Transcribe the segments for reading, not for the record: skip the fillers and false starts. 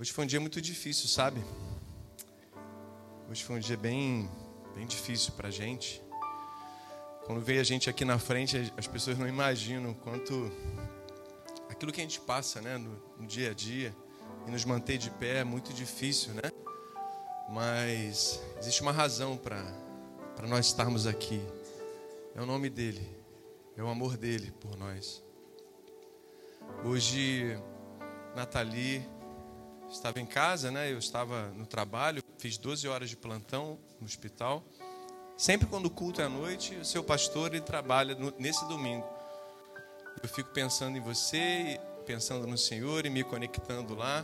Hoje foi um dia muito difícil, sabe? Hoje foi um dia bem difícil pra gente. Quando veio a gente aqui na frente, as pessoas não imaginam o quanto aquilo que a gente passa, né, no dia a dia e nos manter de pé é muito difícil, né? Mas existe uma razão para nós estarmos aqui. É o nome dele, é o amor dele por nós. Hoje, Nathalie estava em casa, né? Eu estava no trabalho, fiz 12 horas de plantão no hospital. Sempre quando o culto é à noite, o seu pastor ele trabalha nesse domingo. Eu fico pensando em você, pensando no Senhor e me conectando lá,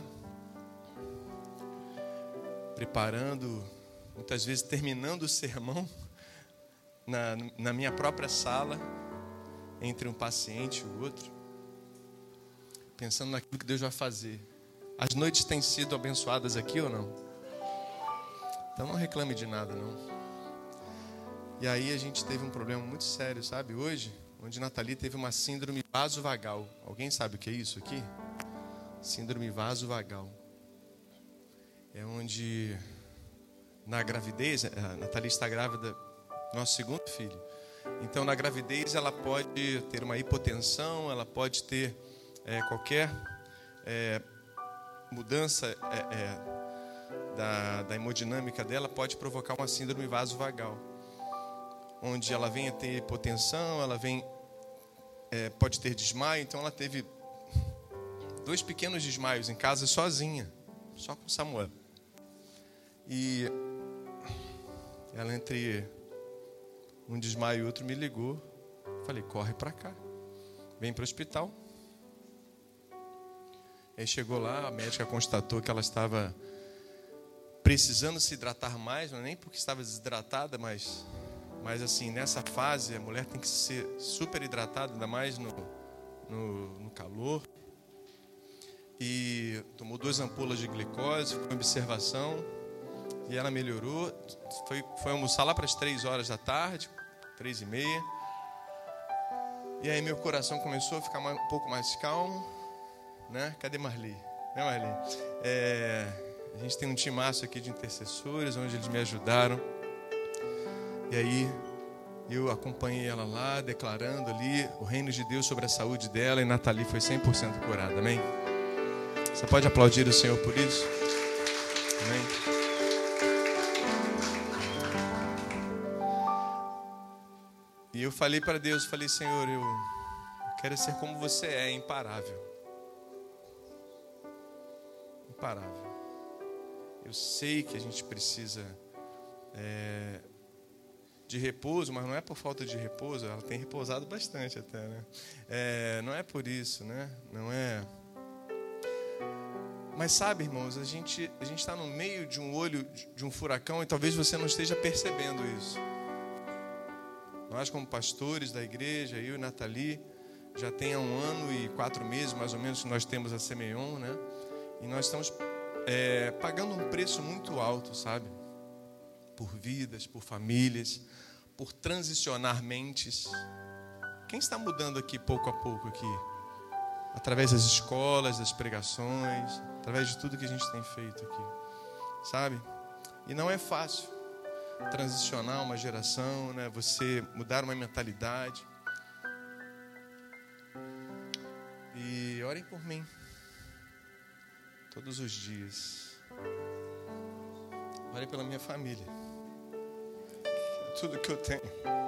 preparando, muitas vezes terminando o sermão na minha própria sala, entre um paciente e o outro, pensando naquilo que Deus vai fazer. As noites têm sido abençoadas aqui ou não? Então não reclame de nada, não. E aí a gente teve um problema muito sério, sabe? Hoje, onde Nathalie teve uma síndrome vasovagal. Alguém sabe o que é isso aqui? Síndrome vasovagal. É onde, na gravidez, a Nathalie está grávida do nosso segundo filho. Então, na gravidez, ela pode ter uma hipotensão, ela pode ter qualquer mudança da hemodinâmica dela, pode provocar uma síndrome vasovagal, onde ela vem a ter hipotensão, ela pode ter desmaio. Então, ela teve 2 pequenos desmaios em casa sozinha, só com Samuel. E ela, entre um desmaio e outro, me ligou. Falei, corre para cá, vem para o hospital. Aí chegou lá, a médica constatou que ela estava precisando se hidratar mais, não é nem porque estava desidratada, mas assim, nessa fase a mulher tem que ser super hidratada, ainda mais no calor. E tomou 2 ampolas de glicose, ficou em observação e ela melhorou. Foi almoçar lá para as 3 horas da tarde, 3h30. E aí meu coração começou a ficar um pouco mais calmo, né? Cadê Marli? Né, Marli? A gente tem um timaço aqui de intercessores, onde eles me ajudaram. E aí eu acompanhei ela lá, declarando ali o reino de Deus sobre a saúde dela, e Nathalie foi 100% curada, amém? Você pode aplaudir o Senhor por isso? Amém? E eu falei para Deus, falei, Senhor, eu quero ser como você é, imparável. Imparável. Eu sei que a gente precisa de repouso, mas não é por falta de repouso. Ela tem repousado bastante até, né? Não é por isso, né? Não é. Mas sabe, irmãos, a gente está no meio de um olho de um furacão e talvez você não esteja percebendo isso. Nós, como pastores da igreja, eu e Nathalie, já tem há 1 ano e 4 meses, mais ou menos, que nós temos a Semeion, né? E nós estamos pagando um preço muito alto, sabe? Por vidas, por famílias, por transicionar mentes. Quem está mudando aqui pouco a pouco aqui? Através das escolas, das pregações, através de tudo que a gente tem feito aqui, sabe? E não é fácil transicionar uma geração, né? Você mudar uma mentalidade. E orem por mim todos os dias. Orem pela minha família. Tudo que eu tenho.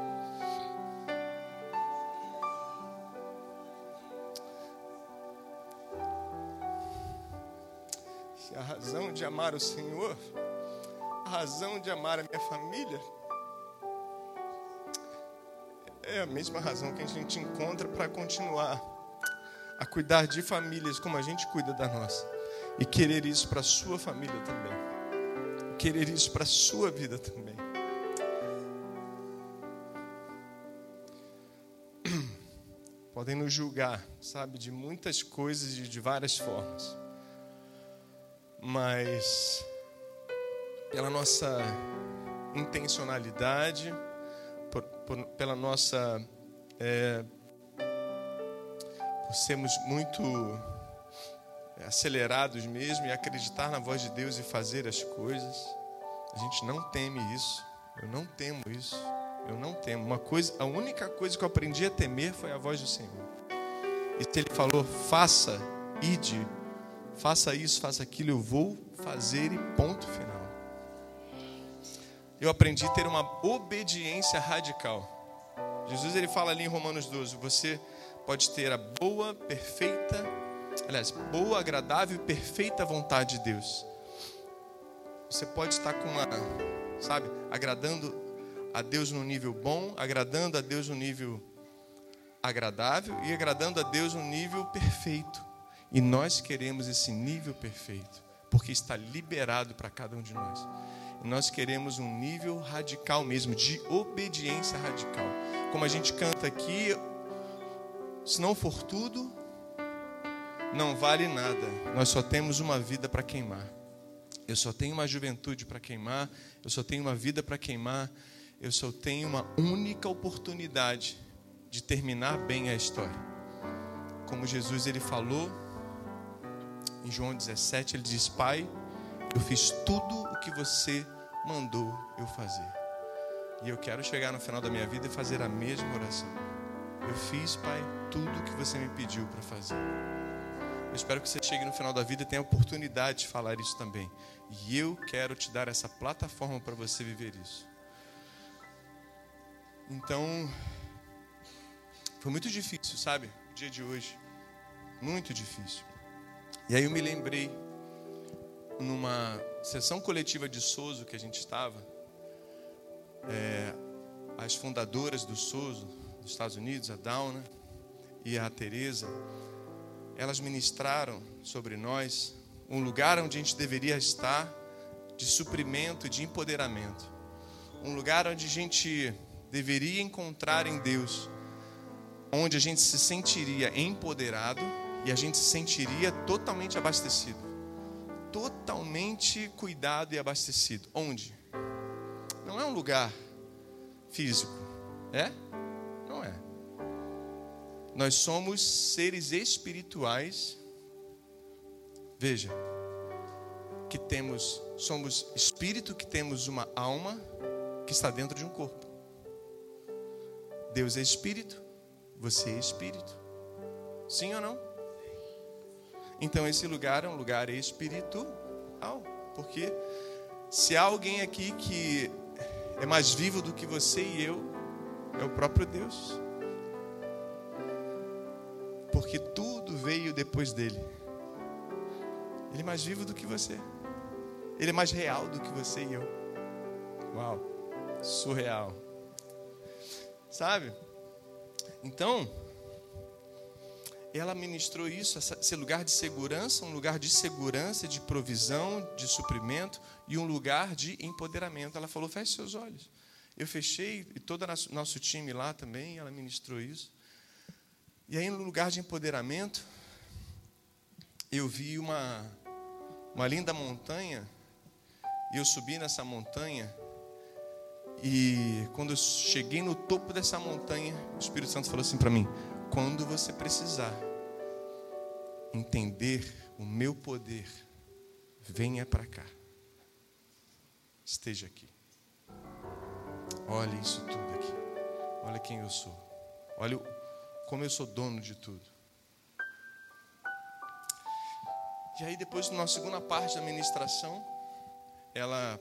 Se a razão de amar o Senhor, a razão de amar a minha família, é a mesma razão que a gente encontra para continuar a cuidar de famílias como a gente cuida da nossa. E querer isso para a sua família também. Querer isso para a sua vida também. Podem nos julgar, sabe, de muitas coisas e de várias formas. Mas pela nossa intencionalidade, pela nossa por sermos muito acelerados mesmo e acreditar na voz de Deus e fazer as coisas. A gente não teme isso. Eu não temo isso. Eu não temo. A única coisa que eu aprendi a temer foi a voz do Senhor. E se Ele falou, faça, ide, faça isso, faça aquilo, eu vou fazer e ponto final. Eu aprendi a ter uma obediência radical. Jesus, ele fala ali em Romanos 12, você pode ter a boa, agradável e perfeita vontade de Deus. Você pode estar com agradando a Deus no nível bom, agradando a Deus no nível agradável e agradando a Deus no nível perfeito. E nós queremos esse nível perfeito, porque está liberado para cada um de nós. E nós queremos um nível radical mesmo, de obediência radical. Como a gente canta aqui, se não for tudo, não vale nada. Nós só temos uma vida para queimar. Eu só tenho uma juventude para queimar. Eu só tenho uma vida para queimar. Eu só tenho uma única oportunidade de terminar bem a história. Como Jesus ele falou em João 17, ele diz: Pai, eu fiz tudo o que você mandou eu fazer. E eu quero chegar no final da minha vida e fazer a mesma oração. Eu fiz, Pai, tudo o que você me pediu para fazer. Eu espero que você chegue no final da vida e tenha a oportunidade de falar isso também. E eu quero te dar essa plataforma para você viver isso. Então, foi muito difícil, sabe? O dia de hoje. Muito difícil. E aí eu me lembrei, numa sessão coletiva de Sozo que a gente estava, as fundadoras do Sozo, dos Estados Unidos, a Dauna e a Teresa, elas ministraram sobre nós um lugar onde a gente deveria estar de suprimento e de empoderamento. Um lugar onde a gente deveria encontrar em Deus, onde a gente se sentiria empoderado e a gente se sentiria totalmente abastecido. Totalmente cuidado e abastecido. Onde? Não é um lugar físico. É? Não é. Nós somos seres espirituais. Veja, somos espírito que temos uma alma que está dentro de um corpo. Deus é espírito, você é espírito. Sim ou não? Então esse lugar é um lugar espiritual. Porque se há alguém aqui que é mais vivo do que você e eu, é o próprio Deus. Porque tudo veio depois dele. Ele é mais vivo do que você. Ele é mais real do que você e eu. Uau, surreal. Sabe? Então, ela ministrou isso, esse lugar de segurança, um lugar de segurança, de provisão, de suprimento e um lugar de empoderamento. Ela falou, feche seus olhos. Eu fechei, e todo o nosso time lá também, ela ministrou isso. E aí, no lugar de empoderamento, eu vi uma linda montanha, e eu subi nessa montanha, e quando eu cheguei no topo dessa montanha, o Espírito Santo falou assim para mim, quando você precisar entender o meu poder, venha para cá, esteja aqui. Olha isso tudo aqui, olha quem eu sou, olha como eu sou dono de tudo. E aí depois, na segunda parte da ministração, ela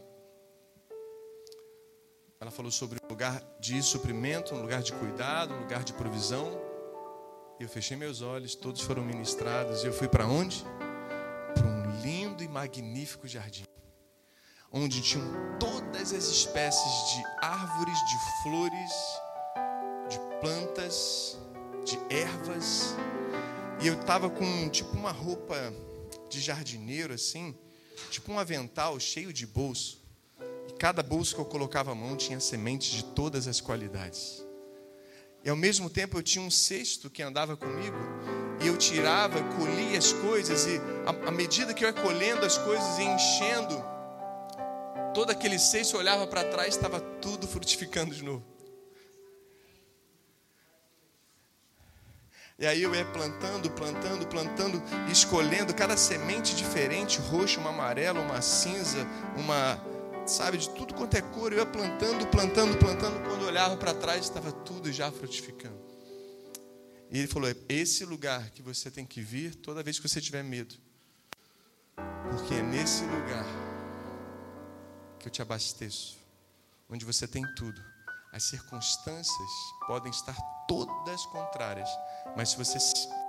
falou sobre um lugar de suprimento, um lugar de cuidado, um lugar de provisão. Eu fechei meus olhos, todos foram ministrados. E eu fui para onde? Para um lindo e magnífico jardim, onde tinham todas as espécies de árvores, de flores, de plantas, de ervas. E eu estava com tipo uma roupa de jardineiro assim, tipo um avental cheio de bolso. E cada bolso que eu colocava a mão tinha sementes de todas as qualidades. E ao mesmo tempo eu tinha um cesto que andava comigo, e eu tirava, colhia as coisas, e à medida que eu ia colhendo as coisas e enchendo todo aquele cesto, eu olhava para trás, estava tudo frutificando de novo. E aí eu ia plantando, escolhendo cada semente diferente, roxa, uma amarela, uma cinza, sabe, de tudo quanto é cor. Eu ia plantando. Quando eu olhava para trás, estava tudo já frutificando. E ele falou: é esse lugar que você tem que vir toda vez que você tiver medo. Porque é nesse lugar que eu te abasteço, onde você tem tudo. As circunstâncias podem estar todas contrárias, mas se você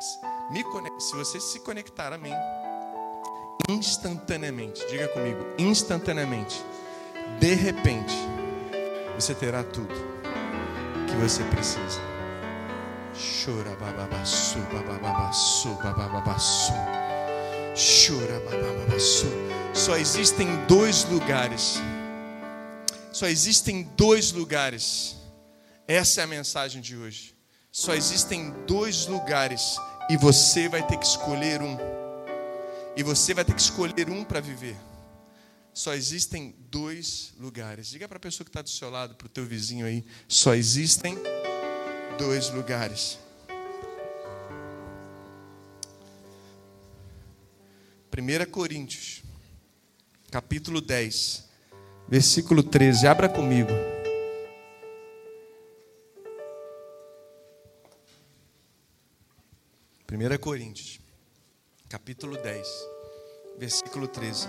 se conectar a mim, instantaneamente, diga comigo, instantaneamente, de repente, você terá tudo que você precisa. Chora bababaçu, bababaçu, bababaçu. Chora bababaçu. Só existem dois lugares. Só existem dois lugares. Essa é a mensagem de hoje. Só existem dois lugares e você vai ter que escolher um. E você vai ter que escolher um para viver. Só existem dois lugares. Diga para a pessoa que está do seu lado, para o teu vizinho aí. Só existem dois lugares. 1 Coríntios, capítulo 10, versículo 13. Abra comigo. Primeira Coríntios, capítulo 10, versículo 13.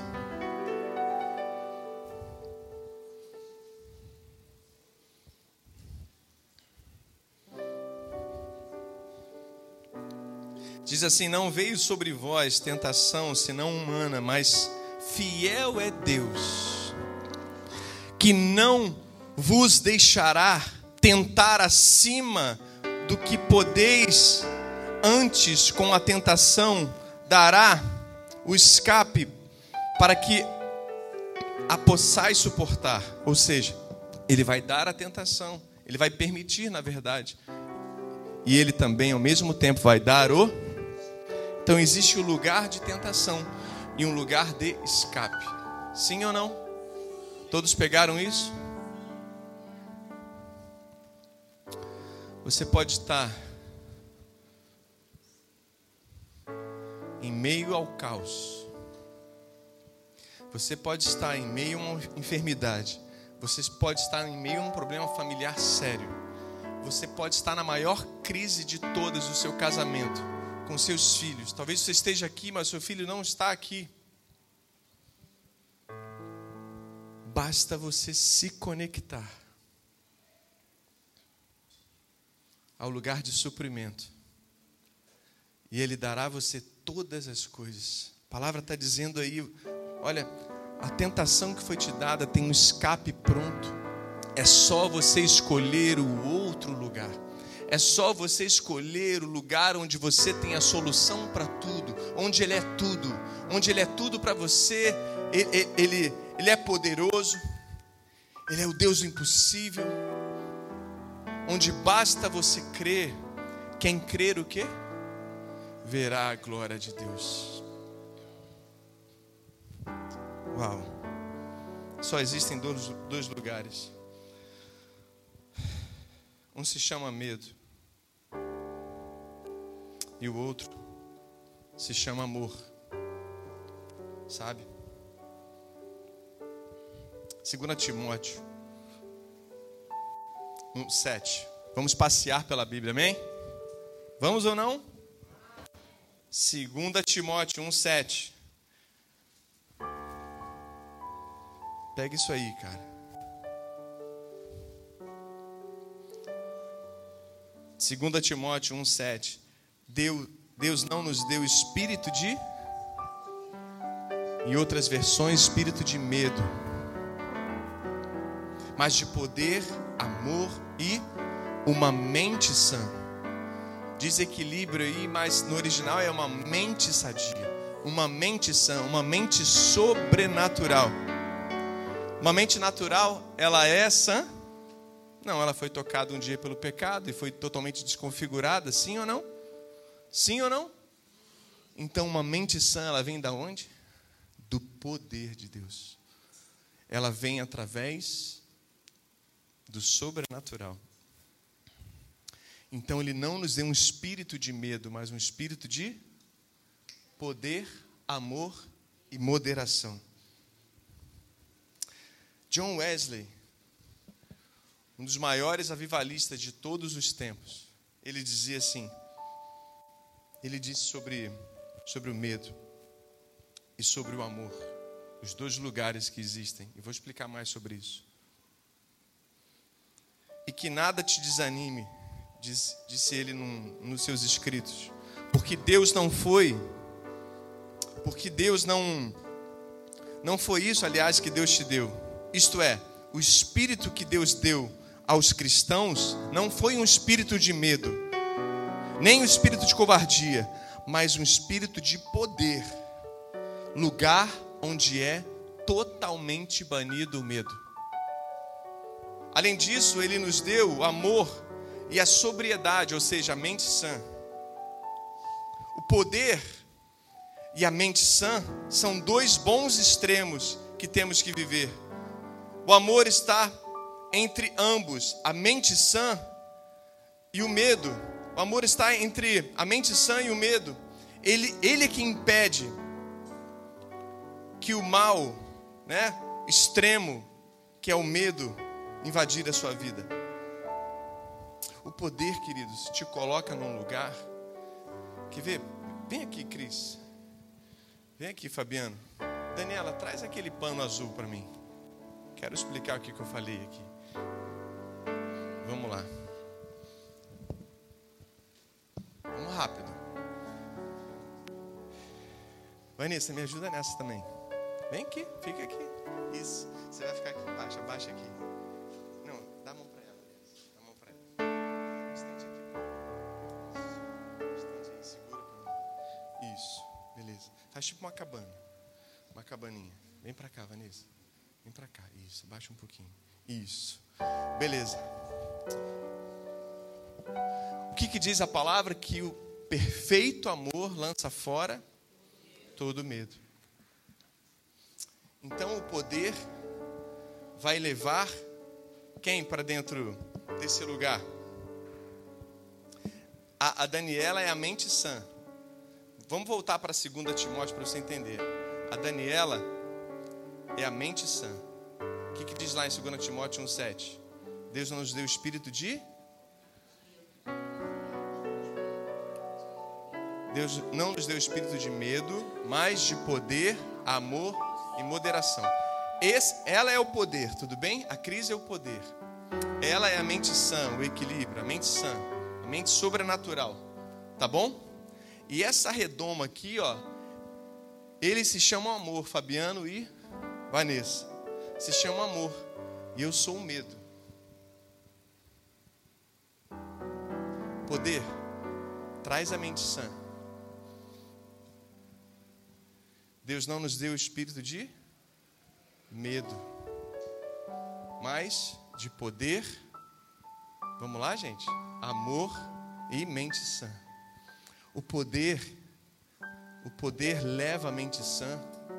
Diz assim: não veio sobre vós tentação senão humana, mas fiel é Deus, que não vos deixará tentar acima do que podeis, antes com a tentação dará o escape para que a possais suportar. Ou seja, Ele vai dar a tentação, Ele vai permitir, na verdade, e Ele também ao mesmo tempo vai dar o... Então existe o lugar de tentação e um lugar de escape. Sim ou não? Todos pegaram isso? Você pode estar em meio ao caos. Você pode estar em meio a uma enfermidade. Você pode estar em meio a um problema familiar sério. Você pode estar na maior crise de todas do seu casamento, com seus filhos. Talvez você esteja aqui, mas seu filho não está aqui. Basta você se conectar ao lugar de suprimento e Ele dará a você todas as coisas. A palavra está dizendo aí, olha, a tentação que foi te dada tem um escape pronto. É só você escolher o outro lugar. É só você escolher o lugar onde você tem a solução para tudo, onde Ele é tudo, onde Ele é tudo para você. Ele é poderoso, Ele é o Deus do impossível, onde basta você crer. Quem crer o quê? Verá a glória de Deus. Uau! Só existem dois lugares. Um se chama medo e o outro se chama amor. Sabe? 2 Timóteo 1:7. Vamos passear pela Bíblia, amém? Vamos ou não? 2 Timóteo 1:7. Pega isso aí, cara. 2 Timóteo 1:7. Deus não nos deu espírito de... Em outras versões, espírito de medo, mas de poder, amor e uma mente sã. Desequilíbrio aí, mas no original é uma mente sadia, uma mente sã, uma mente sobrenatural. Uma mente natural, ela é sã? Não, ela foi tocada um dia pelo pecado e foi totalmente desconfigurada, sim ou não? Sim ou não? Então uma mente sã, ela vem da onde? Do poder de Deus. Ela vem através do sobrenatural. Então Ele não nos deu um espírito de medo, mas um espírito de poder, amor e moderação. John Wesley, um dos maiores avivalistas de todos os tempos, ele dizia assim, ele disse sobre o medo e sobre o amor, os dois lugares que existem, e vou explicar mais sobre isso. E que nada te desanime, disse ele nos seus escritos, porque Deus não foi isso, aliás, que Deus te deu. Isto é, o espírito que Deus deu aos cristãos não foi um espírito de medo, nem um espírito de covardia, mas um espírito de poder, lugar onde é totalmente banido o medo. Além disso, Ele nos deu o amor e a sobriedade, ou seja, a mente sã. O poder e a mente sã são dois bons extremos que temos que viver. O amor está entre ambos, a mente sã e o medo. O amor está entre a mente sã e o medo. Ele é que impede que o mal, extremo, que é o medo, invadir a sua vida. O poder, queridos, te coloca num lugar. Quer ver? Vem aqui, Cris. Vem aqui, Fabiano. Daniela, traz aquele pano azul para mim. Quero explicar o que eu falei aqui. Vamos lá. Vamos rápido. Vanessa, me ajuda nessa também. Vem aqui, fica aqui. Isso. Você vai ficar aqui embaixo, abaixa aqui. Não, dá a mão para ela. Dá a mão para ela. Estende aqui. Estende aí, segura para mim. Isso, beleza. Faz tipo uma cabana. Uma cabaninha. Vem para cá, Vanessa. Vem para cá. Isso, baixa um pouquinho. Isso. Beleza. O que diz a palavra? Que o perfeito amor lança fora todo medo. Então o poder vai levar quem para dentro desse lugar? A Daniela é a mente sã. Vamos voltar para 2 Timóteo para você entender. A Daniela é a mente sã. O que diz lá em 2 Timóteo 1,7? Deus não nos deu o espírito de... Deus não nos deu o espírito de medo, mas de poder, amor e moderação. Ela é o poder, tudo bem? A crise é o poder. Ela é a mente sã, o equilíbrio, a mente sã, a mente sobrenatural. Tá bom? E essa redoma aqui, ó, eles se chamam amor, Fabiano e Vanessa. Se chamam amor. E eu sou o medo. Poder traz a mente sã. Deus não nos deu o espírito de medo, mas de poder, vamos lá, gente? Amor e mente sã. O poder leva a mente sã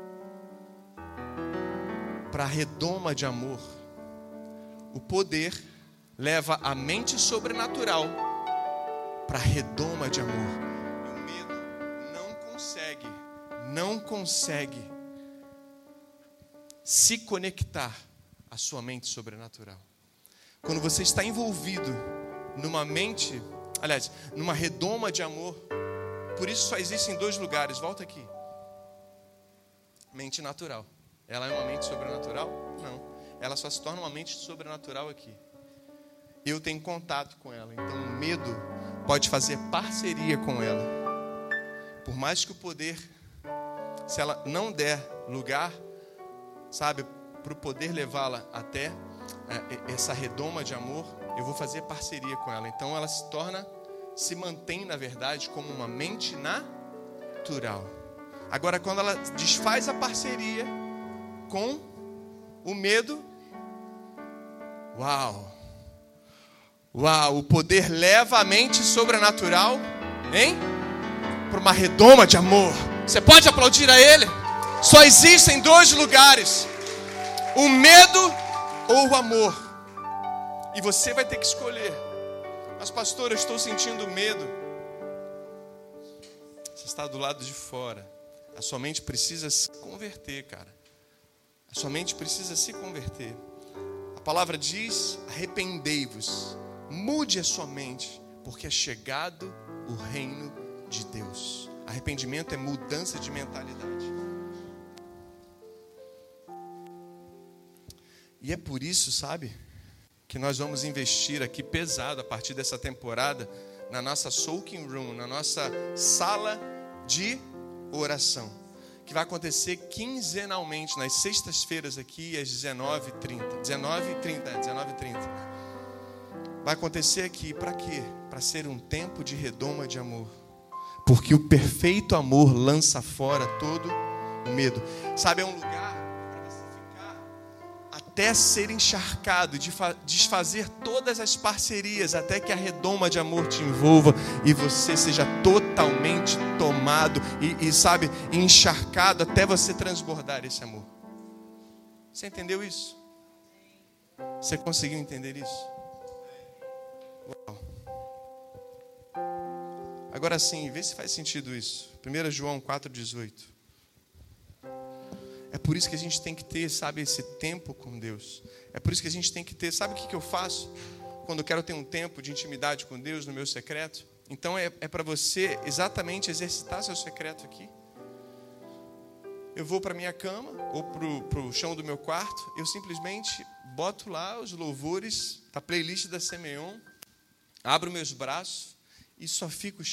para a redoma de amor. O poder leva a mente sobrenatural para a redoma de amor. E o medo não consegue se conectar à sua mente sobrenatural. Quando você está envolvido numa redoma de amor, por isso só existem 2 lugares, volta aqui. Mente natural. Ela é uma mente sobrenatural? Não. Ela só se torna uma mente sobrenatural aqui. Eu tenho contato com ela, então o medo pode fazer parceria com ela. Por mais que o poder, se ela não der lugar, sabe, para o poder levá-la até essa redoma de amor, eu vou fazer parceria com ela. Então ela se mantém, na verdade, como uma mente natural. Agora, quando ela desfaz a parceria com o medo, o poder leva a mente sobrenatural, para uma redoma de amor. Você pode aplaudir a Ele? Só existem 2 lugares: o medo ou o amor. E você vai ter que escolher. Mas pastor, eu estou sentindo medo. Você está do lado de fora. A sua mente precisa se converter, cara. A sua mente precisa se converter. A palavra diz: arrependei-vos, mude a sua mente, porque é chegado o reino de Deus. Arrependimento é mudança de mentalidade. E é por isso, sabe, que nós vamos investir aqui pesado a partir dessa temporada na nossa soaking room, na nossa sala de oração, que vai acontecer quinzenalmente, nas sextas-feiras aqui, às 19h30. 19h30. Vai acontecer aqui, para quê? Para ser um tempo de redoma de amor. Porque o perfeito amor lança fora todo o medo. Sabe, é um lugar para você ficar até ser encharcado, de desfazer todas as parcerias, até que a redoma de amor te envolva e você seja totalmente tomado e sabe, encharcado até você transbordar esse amor. Você entendeu isso? Você conseguiu entender isso? Uau. Agora sim, vê se faz sentido isso. 1 João 4,18. É por isso que a gente tem que ter, sabe, esse tempo com Deus. É por isso que a gente tem que ter, sabe o que eu faço? Quando eu quero ter um tempo de intimidade com Deus no meu secreto. Então é para você exatamente exercitar seu secreto aqui. Eu vou para minha cama ou para o chão do meu quarto. Eu simplesmente boto lá os louvores da playlist da Semeon. Abro meus braços. E só fico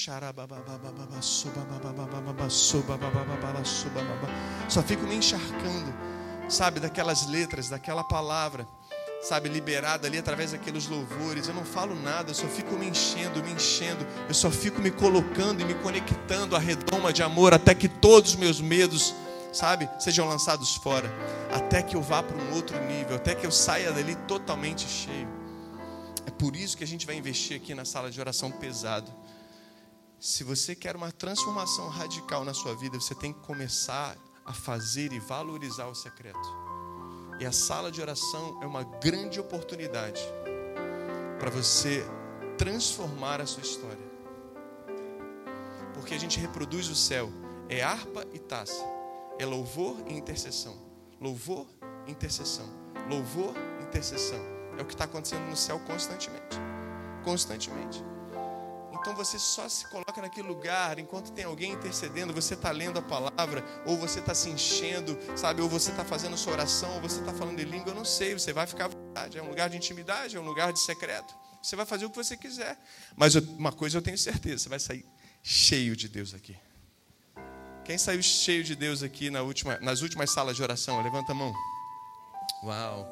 só fico me encharcando, sabe, daquelas letras, daquela palavra, sabe, liberada ali através daqueles louvores. Eu não falo nada, eu só fico me enchendo, eu só fico me colocando e me conectando à redoma de amor, até que todos os meus medos, sabe, sejam lançados fora, até que eu vá para um outro nível, até que eu saia dali totalmente cheio. É por isso que a gente vai investir aqui na sala de oração pesado. Se você quer uma transformação radical na sua vida, você tem que começar a fazer e valorizar o secreto. E a sala de oração é uma grande oportunidade para você transformar a sua história. Porque a gente reproduz o céu. É harpa e taça. É louvor e intercessão. Louvor e intercessão. Louvor e intercessão. É o que está acontecendo no céu constantemente. Constantemente. Então você só se coloca naquele lugar, enquanto tem alguém intercedendo, você está lendo a palavra, ou você está se enchendo, sabe? Ou você está fazendo sua oração, ou você está falando em língua, eu não sei, você vai ficar à vontade. É um lugar de intimidade, é um lugar de secreto. Você vai fazer o que você quiser. Mas uma coisa eu tenho certeza, você vai sair cheio de Deus aqui. Quem saiu cheio de Deus aqui nas últimas salas de oração? Levanta a mão. Uau.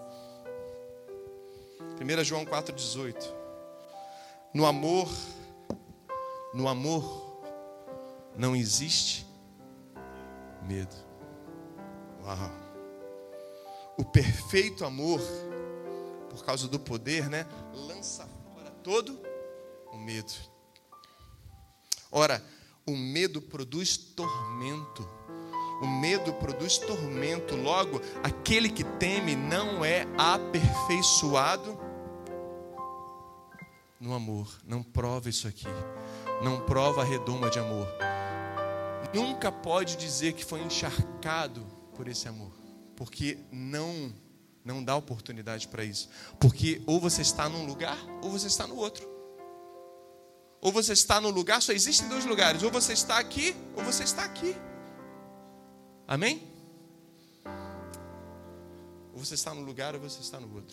1 João 4,18. No amor não existe medo. Uau. O perfeito amor, por causa do poder, né, lança fora todo o medo. Ora, o medo produz tormento. O medo produz tormento. Logo, aquele que teme não é aperfeiçoado no amor. Não prova isso aqui. Não prova a redoma de amor. Nunca pode dizer que foi encharcado por esse amor. Porque não dá oportunidade para isso. Porque ou você está num lugar, ou você está no outro. Ou você está no lugar, só existem dois lugares. Ou você está aqui, ou você está aqui. Amém? Ou você está no lugar, ou você está no outro.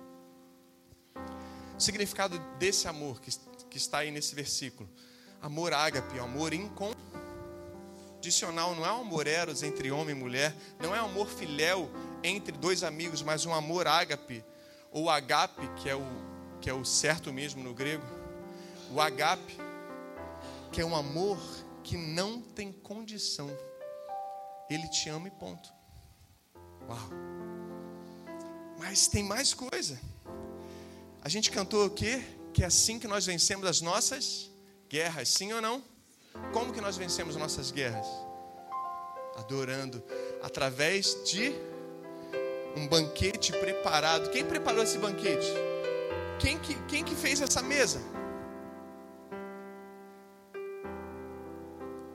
O significado desse amor que está aí nesse versículo. Amor ágape, amor incondicional. Não é um amor eros entre homem e mulher. Não é um amor filéu entre dois amigos, mas um amor ágape. Ou agape, que é o certo mesmo no grego. O agape, que é um amor que não tem condição. Ele te ama e ponto. Uau. Mas tem mais coisa. A gente cantou o quê? Que é assim que nós vencemos as nossas guerras. Sim ou não? Como que nós vencemos nossas guerras? Adorando. Através de um banquete preparado. Quem preparou esse banquete? Quem que fez essa mesa?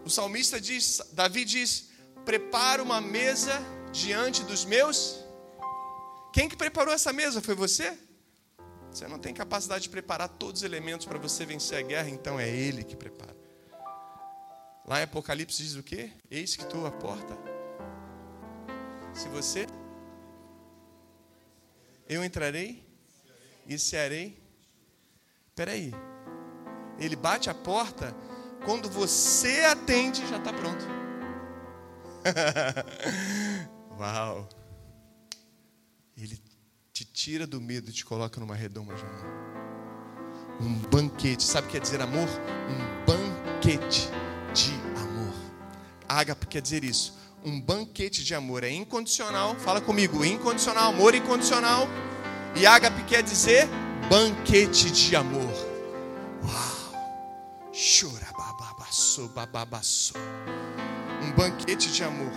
O salmista diz, Davi diz: prepara uma mesa diante dos meus. Quem que preparou essa mesa? Foi você? Você não tem capacidade de preparar todos os elementos para você vencer a guerra, então é Ele que prepara. Lá em Apocalipse diz o quê? Eis que estou à porta. Se você, eu entrarei e cearei. Espera aí. Ele bate a porta, quando você atende, já está pronto. Uau! Ele te tira do medo e te coloca numa redoma de amor. Um banquete. Sabe o que quer dizer amor? Um banquete de amor. Ágape quer dizer isso. Um banquete de amor. É incondicional. Fala comigo. Incondicional. Amor incondicional. E ágape quer dizer banquete de amor. Uau! Chora bababaçô, bababaçô. Um banquete de amor.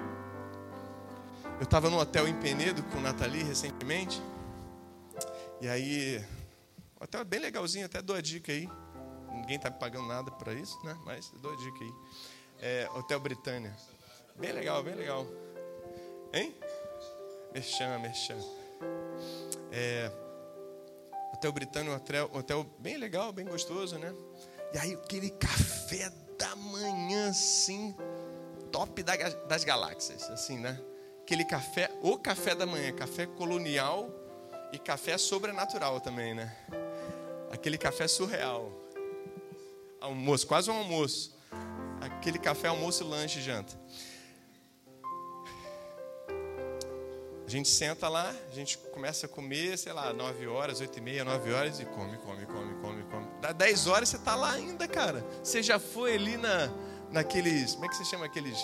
Eu estava num hotel em Penedo com Nathalie recentemente. E aí, o hotel é bem legalzinho, até dou a dica aí. Ninguém está me pagando nada para isso, né? Mas eu dou a dica aí. Hotel Britânia. Bem legal, bem legal. Hein? Merchan. Hotel Britânia, hotel bem legal, bem gostoso, né? E aí aquele café da manhã, assim, top das galáxias, assim, né? Aquele café, o café da manhã, café colonial e café sobrenatural também, né? Aquele café surreal. Almoço, quase um almoço. Aquele café, almoço, lanche, janta. A gente senta lá, a gente começa a comer, sei lá, 9 horas, 8h30, 9 horas e come. Dá 10 horas você está lá ainda, cara. Você já foi ali naqueles, como é que você chama aqueles?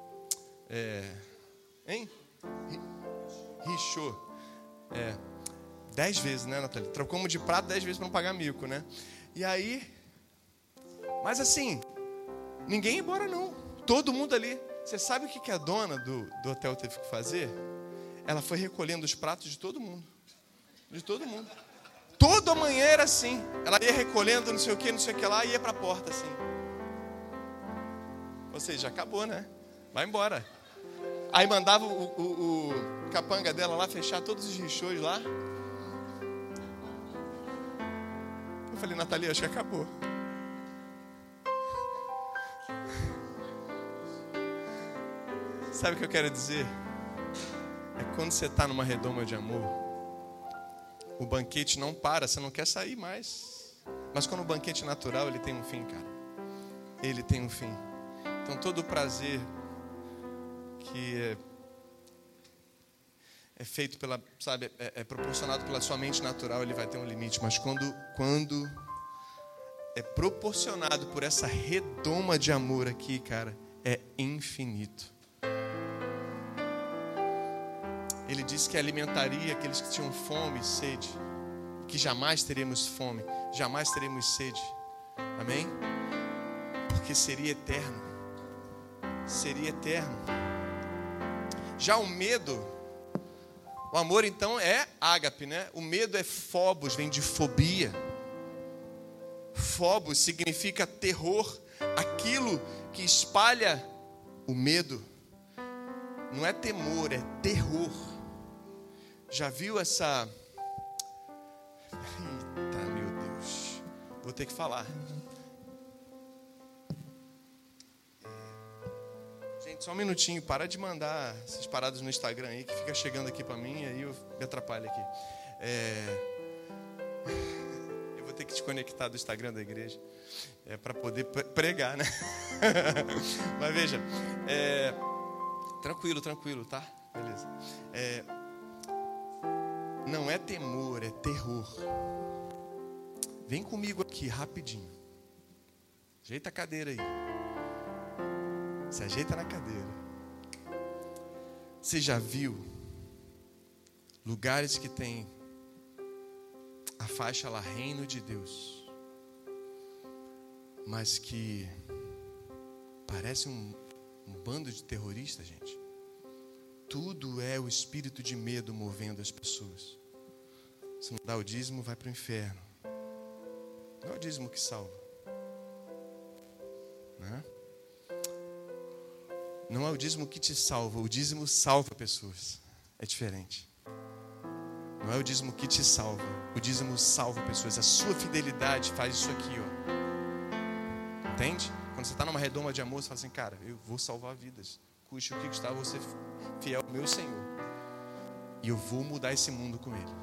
Hein? Richô. 10 vezes, né, Natália? Trocamos de prato 10 vezes para não pagar mico, né? E aí, mas assim, ninguém ia embora não. Todo mundo ali. Você sabe o que a dona do hotel teve que fazer? Ela foi recolhendo os pratos de todo mundo. De todo mundo. Toda manhã era assim. Ela ia recolhendo não sei o que lá e ia para a porta assim. Ou seja, acabou, né? Vai embora. Aí mandava o capanga dela lá fechar todos os richôs lá. Eu falei, Nathalie, acho que acabou. Sabe o que eu quero dizer? É que quando você está numa redoma de amor, o banquete não para, você não quer sair mais. Mas quando o banquete é natural, ele tem um fim, cara. Ele tem um fim. Então todo o prazer que é feito pela, sabe, é proporcionado pela sua mente natural, ele vai ter um limite. Mas quando é proporcionado por essa redoma de amor aqui, cara, é infinito. Ele disse que alimentaria aqueles que tinham fome e sede, que jamais teremos fome, jamais teremos sede. Amém? Porque seria eterno. Seria eterno. Já o medo, o amor então é ágape, né? O medo é phobos, vem de fobia. Phobos significa terror, aquilo que espalha o medo. Não é temor, é terror. Já viu essa... Eita, meu Deus. Vou ter que falar. Gente, só um minutinho. Para de mandar essas paradas no Instagram aí, que fica chegando aqui para mim, aí eu me atrapalho aqui. Eu vou ter que te conectar do Instagram da igreja. Para poder pregar, né? Mas veja, tranquilo, tá? Beleza. Não é temor, é terror. Vem comigo aqui, rapidinho. Ajeita a cadeira aí. Se ajeita na cadeira. Você já viu lugares que tem a faixa lá, Reino de Deus, mas que parece um bando de terroristas, gente? Tudo é o espírito de medo movendo as pessoas. Se não dá o dízimo, vai para o inferno. Não é o dízimo que salva, né? Não é o dízimo que te salva, o dízimo salva pessoas. É diferente. Não é o dízimo que te salva, o dízimo salva pessoas. A sua fidelidade faz isso aqui, ó. Entende? Quando você está numa redoma de amor, você fala assim, cara, eu vou salvar vidas. Custe o que custar, vou ser fiel ao meu Senhor. E eu vou mudar esse mundo com Ele.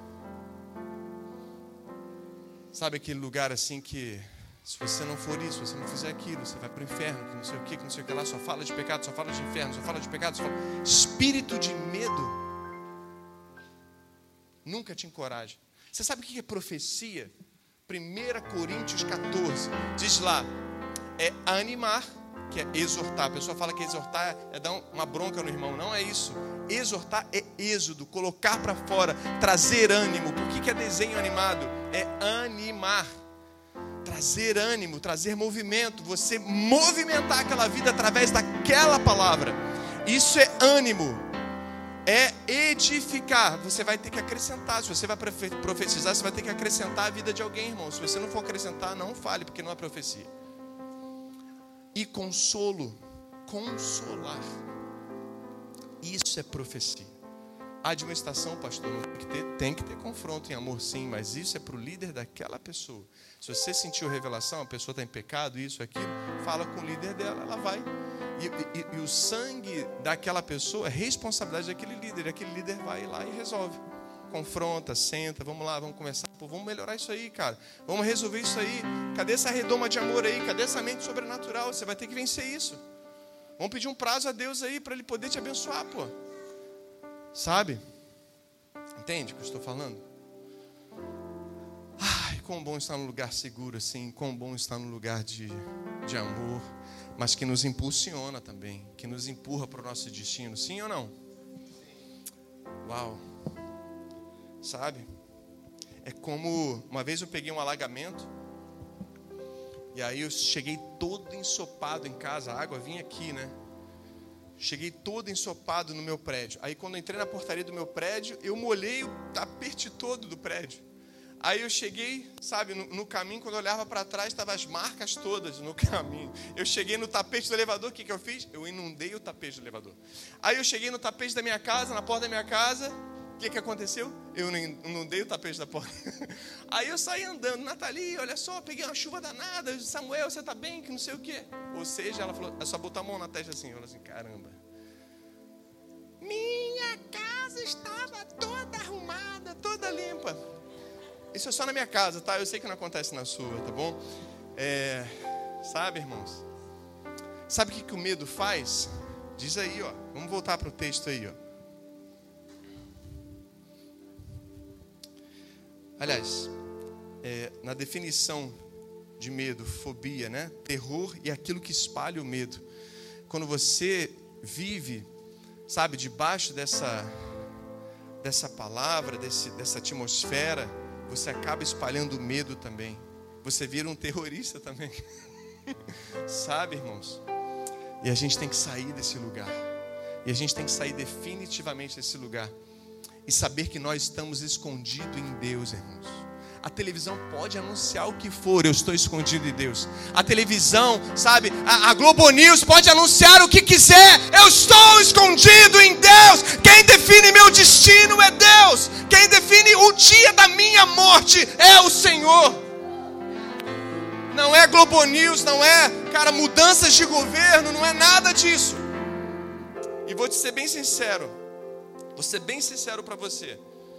Sabe aquele lugar assim que, se você não for isso, se você não fizer aquilo, você vai para o inferno, que não sei o que lá, só fala de pecado, só fala de inferno, só fala de pecado, só fala... Espírito de medo nunca te encoraja. Você sabe o que é profecia? 1 Coríntios 14 diz lá, é animar, que é exortar. A pessoa fala que exortar é dar uma bronca no irmão. Não é isso. Exortar é êxodo, colocar para fora, trazer ânimo. Por que é desenho animado? É animar, trazer ânimo, trazer movimento. Você movimentar aquela vida através daquela palavra. Isso é ânimo. É edificar. Você vai ter que acrescentar. Se você vai profetizar, você vai ter que acrescentar a vida de alguém, irmão. Se você não for acrescentar, não fale, porque não é profecia. E consolo, consolar. Isso é profecia. Admoestação, pastor, tem que ter confronto em amor, sim, mas isso é para o líder daquela pessoa. Se você sentiu revelação, a pessoa está em pecado, isso, aquilo, fala com o líder dela, ela vai. E o sangue daquela pessoa é responsabilidade daquele líder. E aquele líder vai lá e resolve. Confronta, senta, vamos lá, vamos conversar. Pô, vamos melhorar isso aí, cara. Vamos resolver isso aí. Cadê essa redoma de amor aí? Cadê essa mente sobrenatural? Você vai ter que vencer isso. Vamos pedir um prazo a Deus aí para Ele poder te abençoar, pô. Sabe? Entende o que eu estou falando? Ai, quão bom estar num lugar seguro assim. Quão bom estar num lugar de amor. Mas que nos impulsiona também, que nos empurra para o nosso destino, sim ou não? Uau! Sabe? É como, uma vez eu peguei um alagamento, e aí eu cheguei todo ensopado em casa, a água vinha aqui, né? Cheguei todo ensopado no meu prédio. Aí quando eu entrei na portaria do meu prédio, eu molhei o tapete todo do prédio. Aí eu cheguei, sabe, no caminho, quando eu olhava para trás, estavam as marcas todas no caminho. Eu cheguei no tapete do elevador, o que eu fiz? Eu inundei o tapete do elevador. Aí eu cheguei no tapete da minha casa, na porta da minha casa, o que aconteceu? Eu inundei o tapete da porta. Aí eu saí andando, Nathalie, olha só, peguei uma chuva danada, Samuel, você tá bem, que não sei o quê. Ou seja, ela falou, é só botar a mão na testa assim, eu falei assim, caramba. Minha casa estava toda arrumada, toda limpa. Isso é só na minha casa, tá? Eu sei que não acontece na sua, tá bom? Sabe, irmãos? Sabe o que o medo faz? Diz aí, ó. Vamos voltar para o texto aí, ó. Aliás, na definição de medo, fobia, né? Terror e aquilo que espalha o medo. Quando você vive, sabe, debaixo dessa palavra, dessa atmosfera, você acaba espalhando medo também. Você vira um terrorista também. Sabe, irmãos? E a gente tem que sair desse lugar. E a gente tem que sair definitivamente desse lugar. E saber que nós estamos escondidos em Deus, irmãos. A televisão pode anunciar o que for, eu estou escondido em Deus. A televisão, sabe, a Globo News pode anunciar o que quiser, eu estou escondido em Deus. Quem define meu destino é Deus. Quem define o dia da minha morte é o Senhor. Não é Globo News, não é, cara, mudanças de governo, não é nada disso. E vou te ser bem sincero, vou ser bem sincero para você.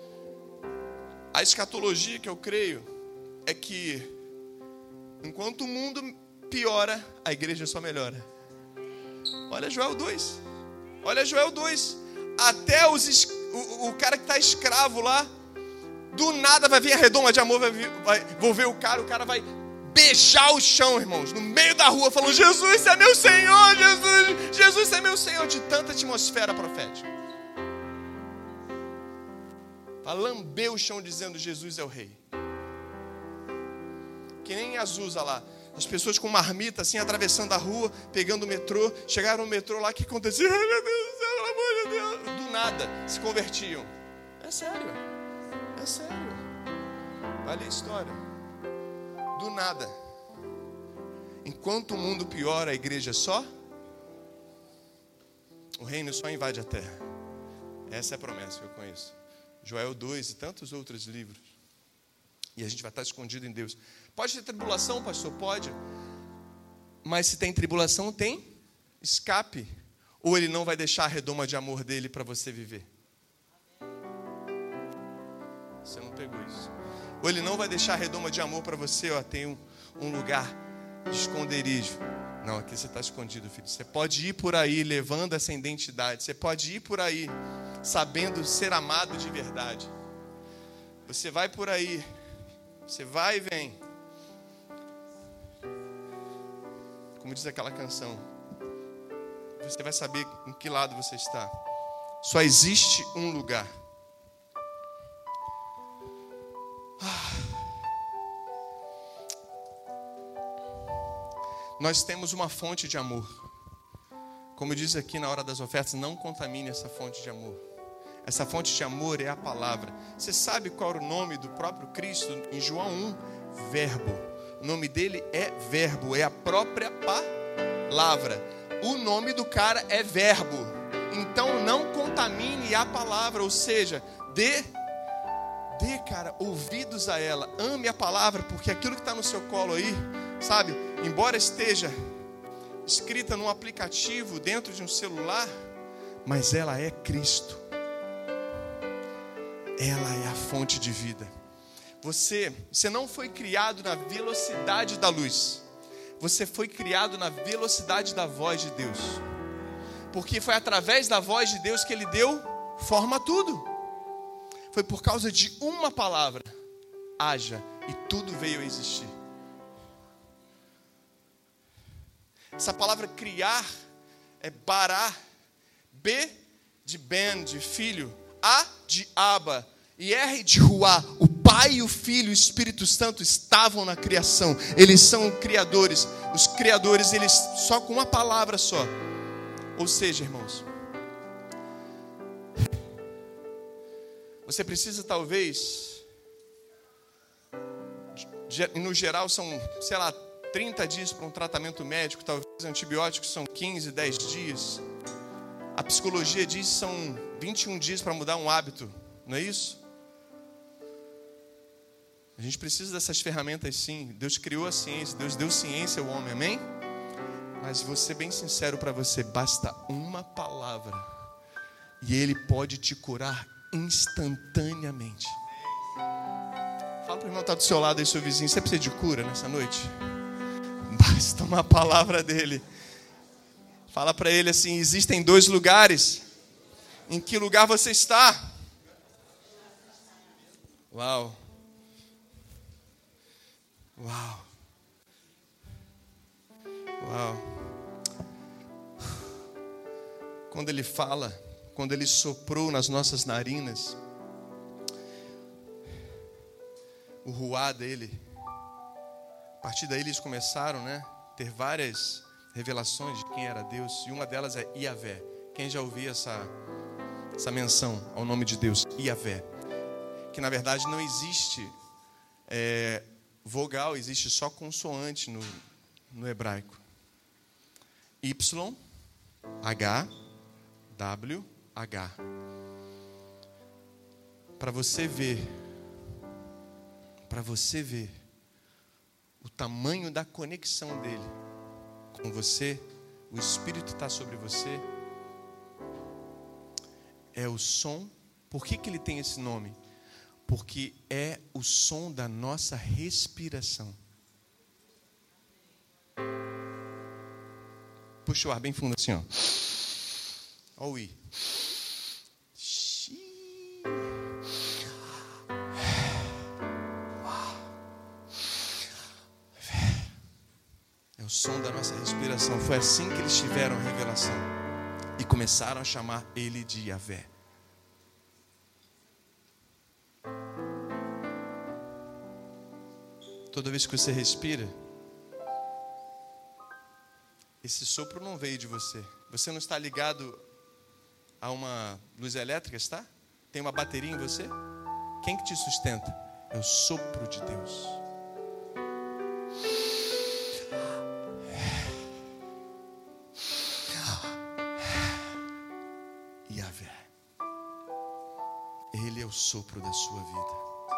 A escatologia que eu creio é que enquanto o mundo piora, a igreja só melhora. Olha Joel 2. Olha Joel 2. Até o cara que está escravo lá, do nada vai vir a redoma de amor, vou ver o cara vai beijar o chão, irmãos, no meio da rua, falando, Jesus é meu Senhor, Jesus é meu Senhor, de tanta atmosfera profética. Para lamber o chão dizendo Jesus é o rei. Que nem Azusa lá. As pessoas com marmita assim, atravessando a rua, pegando o metrô. Chegaram no metrô lá, o que aconteceu? Ai, meu Deus do céu, pelo amor de Deus. Do nada, se convertiam. É sério. É sério. Vale a história. Do nada. Enquanto o mundo piora, a igreja só. O reino só invade a terra. Essa é a promessa que eu conheço. Joel 2 e tantos outros livros. E a gente vai estar escondido em Deus. Pode ter tribulação, pastor? Pode. Mas se tem tribulação, tem escape. Ou Ele não vai deixar a redoma de amor dele para você viver? Você não pegou isso. Ou Ele não vai deixar a redoma de amor para você, ó, tem um lugar de esconderijo. Não, aqui você está escondido, filho. Você pode ir por aí levando essa identidade. Você pode ir por aí sabendo ser amado de verdade. Você vai por aí. Você vai e vem. Como diz aquela canção. Você vai saber em que lado você está. Só existe um lugar. Nós temos uma fonte de amor. Como diz aqui na hora das ofertas, não contamine essa fonte de amor. Essa fonte de amor é a palavra. Você sabe qual era o nome do próprio Cristo? Em João 1, Verbo. O nome dele é Verbo, é a própria palavra. O nome do cara é Verbo. Então não contamine a palavra, ou seja, dê, cara, ouvidos a ela. Ame a palavra, porque aquilo que está no seu colo aí, sabe, embora esteja escrita num aplicativo dentro de um celular, mas ela é Cristo. Ela é a fonte de vida. Você não foi criado na velocidade da luz. Você foi criado na velocidade da voz de Deus. Porque foi através da voz de Deus que Ele deu forma a tudo. Foi por causa de uma palavra. Haja, e tudo veio a existir. Essa palavra criar é bará. B de Ben, de filho. A de Aba. E R de Ruá. O Pai e o Filho e o Espírito Santo estavam na criação. Eles são criadores. Os criadores, eles só com uma palavra só. Ou seja, irmãos, você precisa talvez, no geral são, 30 dias para um tratamento médico, talvez antibióticos são 15, 10 dias. A psicologia diz que são 21 dias para mudar um hábito, não é isso? A gente precisa dessas ferramentas sim. Deus criou a ciência, Deus deu ciência ao homem, amém? Mas vou ser bem sincero para você, basta uma palavra e Ele pode te curar instantaneamente. Fala para o irmão que está do seu lado aí, seu vizinho, você precisa de cura nessa noite? Basta uma palavra dele. Fala para ele assim, existem 2 lugares. Em que lugar você está? Uau. Uau. Uau. Quando Ele fala, quando Ele soprou nas nossas narinas, o ruá dele, a partir daí eles começaram, ter várias revelações de quem era Deus, e uma delas é Iavé. Quem já ouviu essa menção ao nome de Deus, Iavé? Que na verdade não existe vogal, existe só consoante no hebraico. Y, H, W, H. Para você ver o tamanho da conexão dele com você, o Espírito está sobre você, é o som. Por que ele tem esse nome? Porque é o som da nossa respiração. Puxa o ar bem fundo assim, ó. Ó o I. É o som da nossa respiração. Foi assim que eles tiveram a revelação e começaram a chamar ele de Iavé. Toda vez que você respira, esse sopro não veio de você. Você não está ligado a uma luz elétrica, está? Tem uma bateria em você? Quem que te sustenta? É o sopro de Deus. Ele é o sopro da sua vida.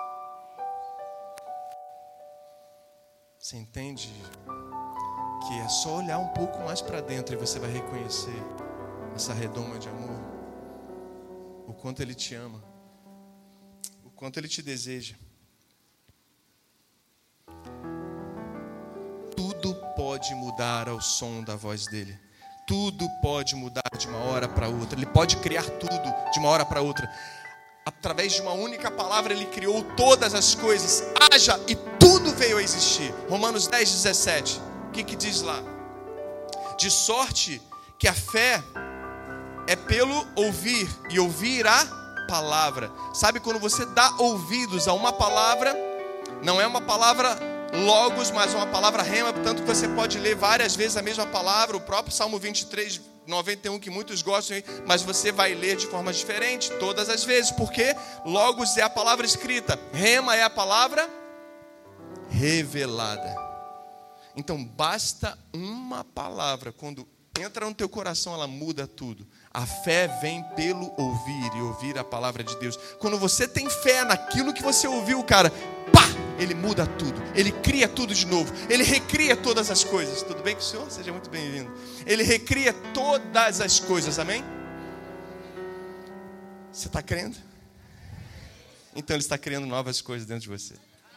Você entende que é só olhar um pouco mais para dentro e você vai reconhecer essa redoma de amor, o quanto Ele te ama, o quanto Ele te deseja. Tudo pode mudar ao som da voz dele. Tudo pode mudar de uma hora para outra. Ele pode criar tudo de uma hora para outra. Através de uma única palavra Ele criou todas as coisas. Haja e tudo veio a existir. Romanos 10:17. O que diz lá? De sorte que a fé é pelo ouvir, e ouvir a palavra. Sabe quando você dá ouvidos a uma palavra, não é uma palavra logos, mas uma palavra rema, portanto que você pode ler várias vezes a mesma palavra, o próprio Salmo 23:91, que muitos gostam, mas você vai ler de forma diferente todas as vezes, porque logos é a palavra escrita, rema é a palavra revelada. Então basta uma palavra, quando entra no teu coração, ela muda tudo. A fé vem pelo ouvir, e ouvir a palavra de Deus. Quando você tem fé naquilo que você ouviu, cara, pá, Ele muda tudo. Ele cria tudo de novo. Ele recria todas as coisas. Tudo bem com o senhor? Seja muito bem-vindo. Ele recria todas as coisas, amém? Você está crendo? Então Ele está criando novas coisas dentro de você.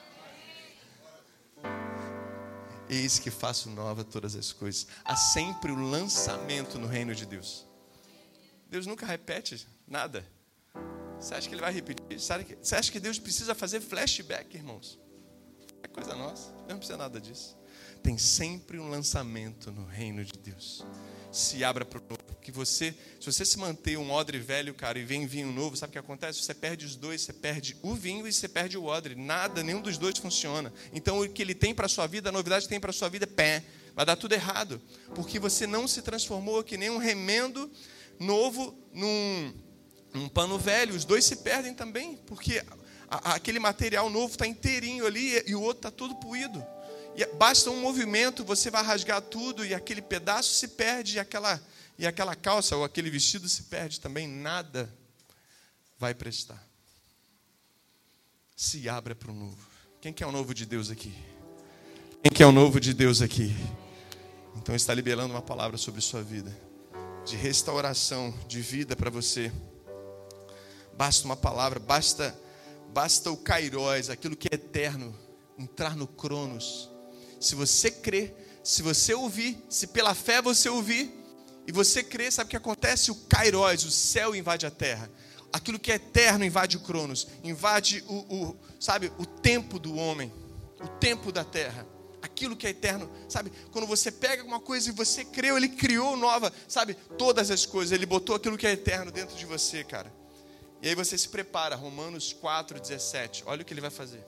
Eis que faço nova todas as coisas. Há sempre o lançamento no reino de Deus. Deus nunca repete nada. Você acha que Ele vai repetir? Você acha que Deus precisa fazer flashback, irmãos? É coisa nossa. Deus não precisa nada disso. Tem sempre um lançamento no reino de Deus. Se abra para o novo. Se você se manter um odre velho, cara, e vem vinho novo, sabe o que acontece? Você perde os dois, você perde o vinho e você perde o odre. Nenhum dos dois funciona. Então o que Ele tem para a sua vida, a novidade que tem para a sua vida é pé. Vai dar tudo errado. Porque você não se transformou que nem um remendo novo num pano velho. Os dois se perdem também, porque aquele material novo está inteirinho ali e o outro está todo puído. E basta um movimento, você vai rasgar tudo e aquele pedaço se perde e aquela calça ou aquele vestido se perde também. Nada vai prestar. Se abra para o novo. Quem quer o novo de Deus aqui? Quem quer o novo de Deus aqui? Então está liberando uma palavra sobre sua vida, de restauração, de vida para você. Basta uma palavra, basta o kairós, aquilo que é eterno, entrar no cronos. Se você crer, se você ouvir, se pela fé você ouvir, e você crer, sabe o que acontece? O kairós, o céu invade a terra. Aquilo que é eterno invade o cronos, invade o tempo do homem, o tempo da terra. Aquilo que é eterno, sabe? Quando você pega uma coisa e você creu, Ele criou nova, sabe? Todas as coisas, Ele botou aquilo que é eterno dentro de você, cara. E aí você se prepara, Romanos 4:17. Olha o que Ele vai fazer.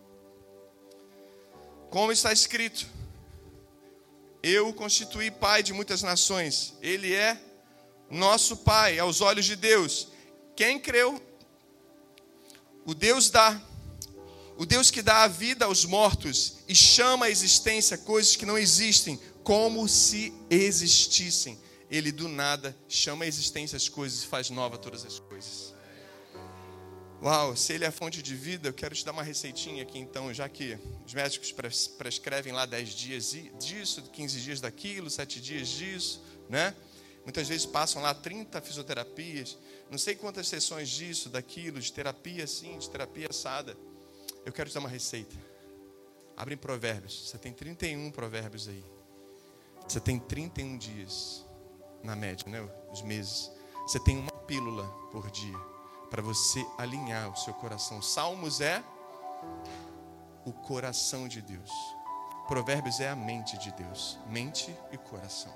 Como está escrito: eu o constituí pai de muitas nações. Ele é nosso pai aos olhos de Deus. Quem creu? O Deus que dá a vida aos mortos e chama à existência coisas que não existem, como se existissem. Ele do nada chama à existência as coisas e faz nova todas as coisas. Uau, se Ele é a fonte de vida, eu quero te dar uma receitinha aqui então, já que os médicos prescrevem lá 10 dias disso, 15 dias daquilo, 7 dias disso, né? Muitas vezes passam lá 30 fisioterapias, não sei quantas sessões disso, daquilo, de terapia assim, de terapia assada. Eu quero te dar uma receita. Abre em Provérbios, você tem 31 provérbios aí. Você tem 31 dias, na média, né? Os meses. Você tem uma pílula por dia, para você alinhar o seu coração. Salmos é o coração de Deus. Provérbios é a mente de Deus. Mente e coração.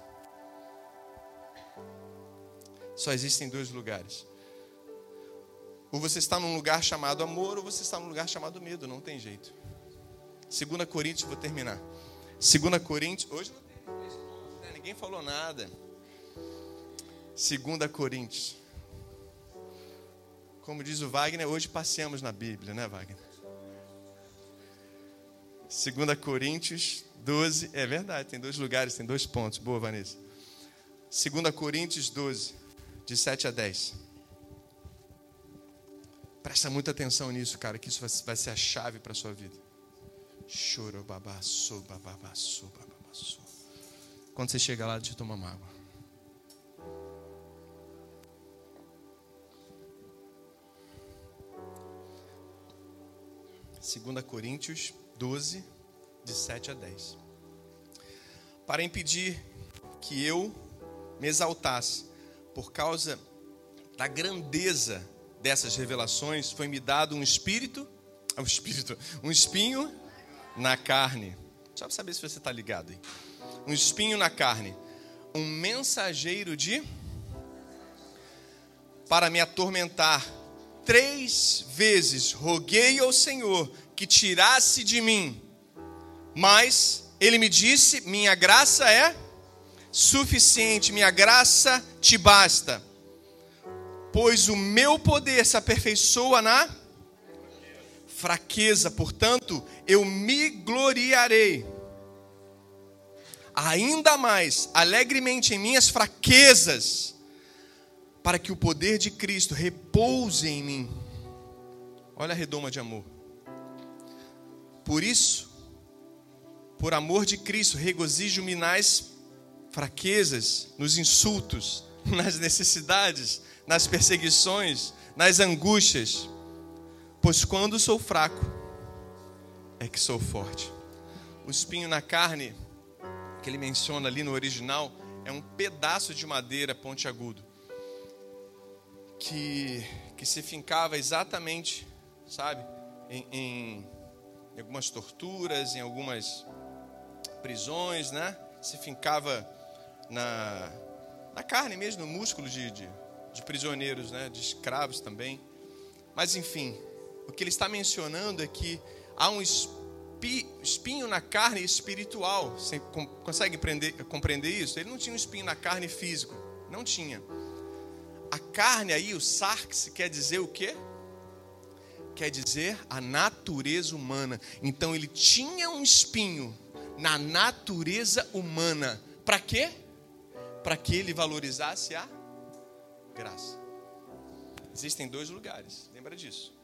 Só existem dois lugares. Ou você está num lugar chamado amor, ou você está num lugar chamado medo. Não tem jeito. 2 Coríntios, vou terminar. 2 Coríntios, hoje não tem 3 pontos, né? Ninguém falou nada. 2 Coríntios. Como diz o Wagner, hoje passeamos na Bíblia, né, Wagner? 2 Coríntios 12, é verdade, tem 2 lugares, tem 2 pontos. Boa, Vanessa. 2 Coríntios 12, de 7 a 10. Presta muita atenção nisso, cara, que isso vai ser a chave para a sua vida. Chorobabaçô, bababaçô, bababaçô. Quando você chega lá, deixa eu tomar uma água. Segunda Coríntios 12, de 7 a 10. Para impedir que eu me exaltasse por causa da grandeza dessas revelações, foi-me dado um espinho na carne. Só para saber se você está ligado aí. Um espinho na carne, um mensageiro para me atormentar. 3 vezes roguei ao Senhor que tirasse de mim, mas Ele me disse: minha graça é suficiente, minha graça te basta, pois o meu poder se aperfeiçoa na fraqueza. Portanto, eu me gloriarei ainda mais alegremente em minhas fraquezas, para que o poder de Cristo repouse em mim. Olha a redoma de amor. Por isso, por amor de Cristo, regozijo-me nas fraquezas, nos insultos, nas necessidades, nas perseguições, nas angústias, pois quando sou fraco, é que sou forte. O espinho na carne, que ele menciona ali no original, é um pedaço de madeira pontiagudo, que se fincava exatamente, sabe, em algumas torturas, em algumas prisões, né? Se fincava na carne mesmo, no músculo de prisioneiros, né? De escravos também. Mas enfim, o que ele está mencionando é que há um espinho na carne espiritual. Você consegue compreender isso? Ele não tinha um espinho na carne físico, não tinha. A carne aí, o sarx, quer dizer o quê? Quer dizer a natureza humana. Então ele tinha um espinho na natureza humana. Para quê? Para que ele valorizasse a graça. Existem 2 lugares, lembra disso.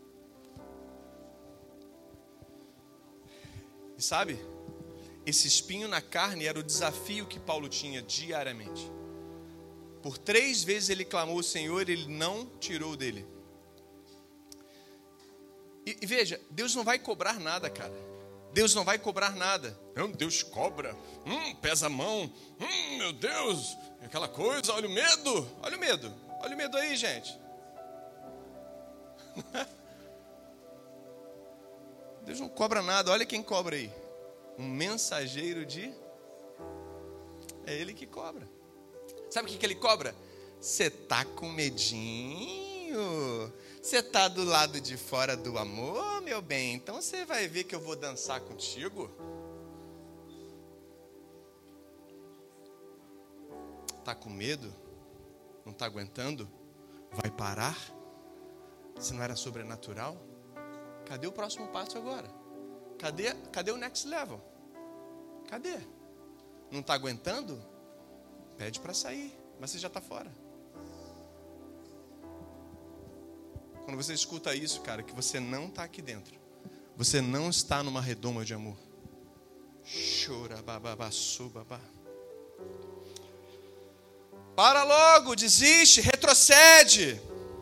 E sabe, esse espinho na carne era o desafio que Paulo tinha diariamente. Por 3 vezes ele clamou ao Senhor e ele não tirou dele. E veja, Deus não vai cobrar nada, cara. Deus não vai cobrar nada. Não, Deus cobra. Pesa a mão. Meu Deus, aquela coisa, olha o medo. Olha o medo. Olha o medo aí, gente. Deus não cobra nada. Olha quem cobra aí. Um mensageiro É Ele que cobra. Sabe o que ele cobra? Você tá com medinho? Você tá do lado de fora do amor, meu bem? Então você vai ver que eu vou dançar contigo? Tá com medo? Não tá aguentando? Vai parar? Se não era sobrenatural? Cadê o próximo passo agora? Cadê o next level? Cadê? Não tá aguentando? Pede para sair, mas você já está fora. Quando você escuta isso, cara, que você não está aqui dentro, você não está numa redoma de amor. Chora, bababaçu, babá. Para logo, desiste, retrocede.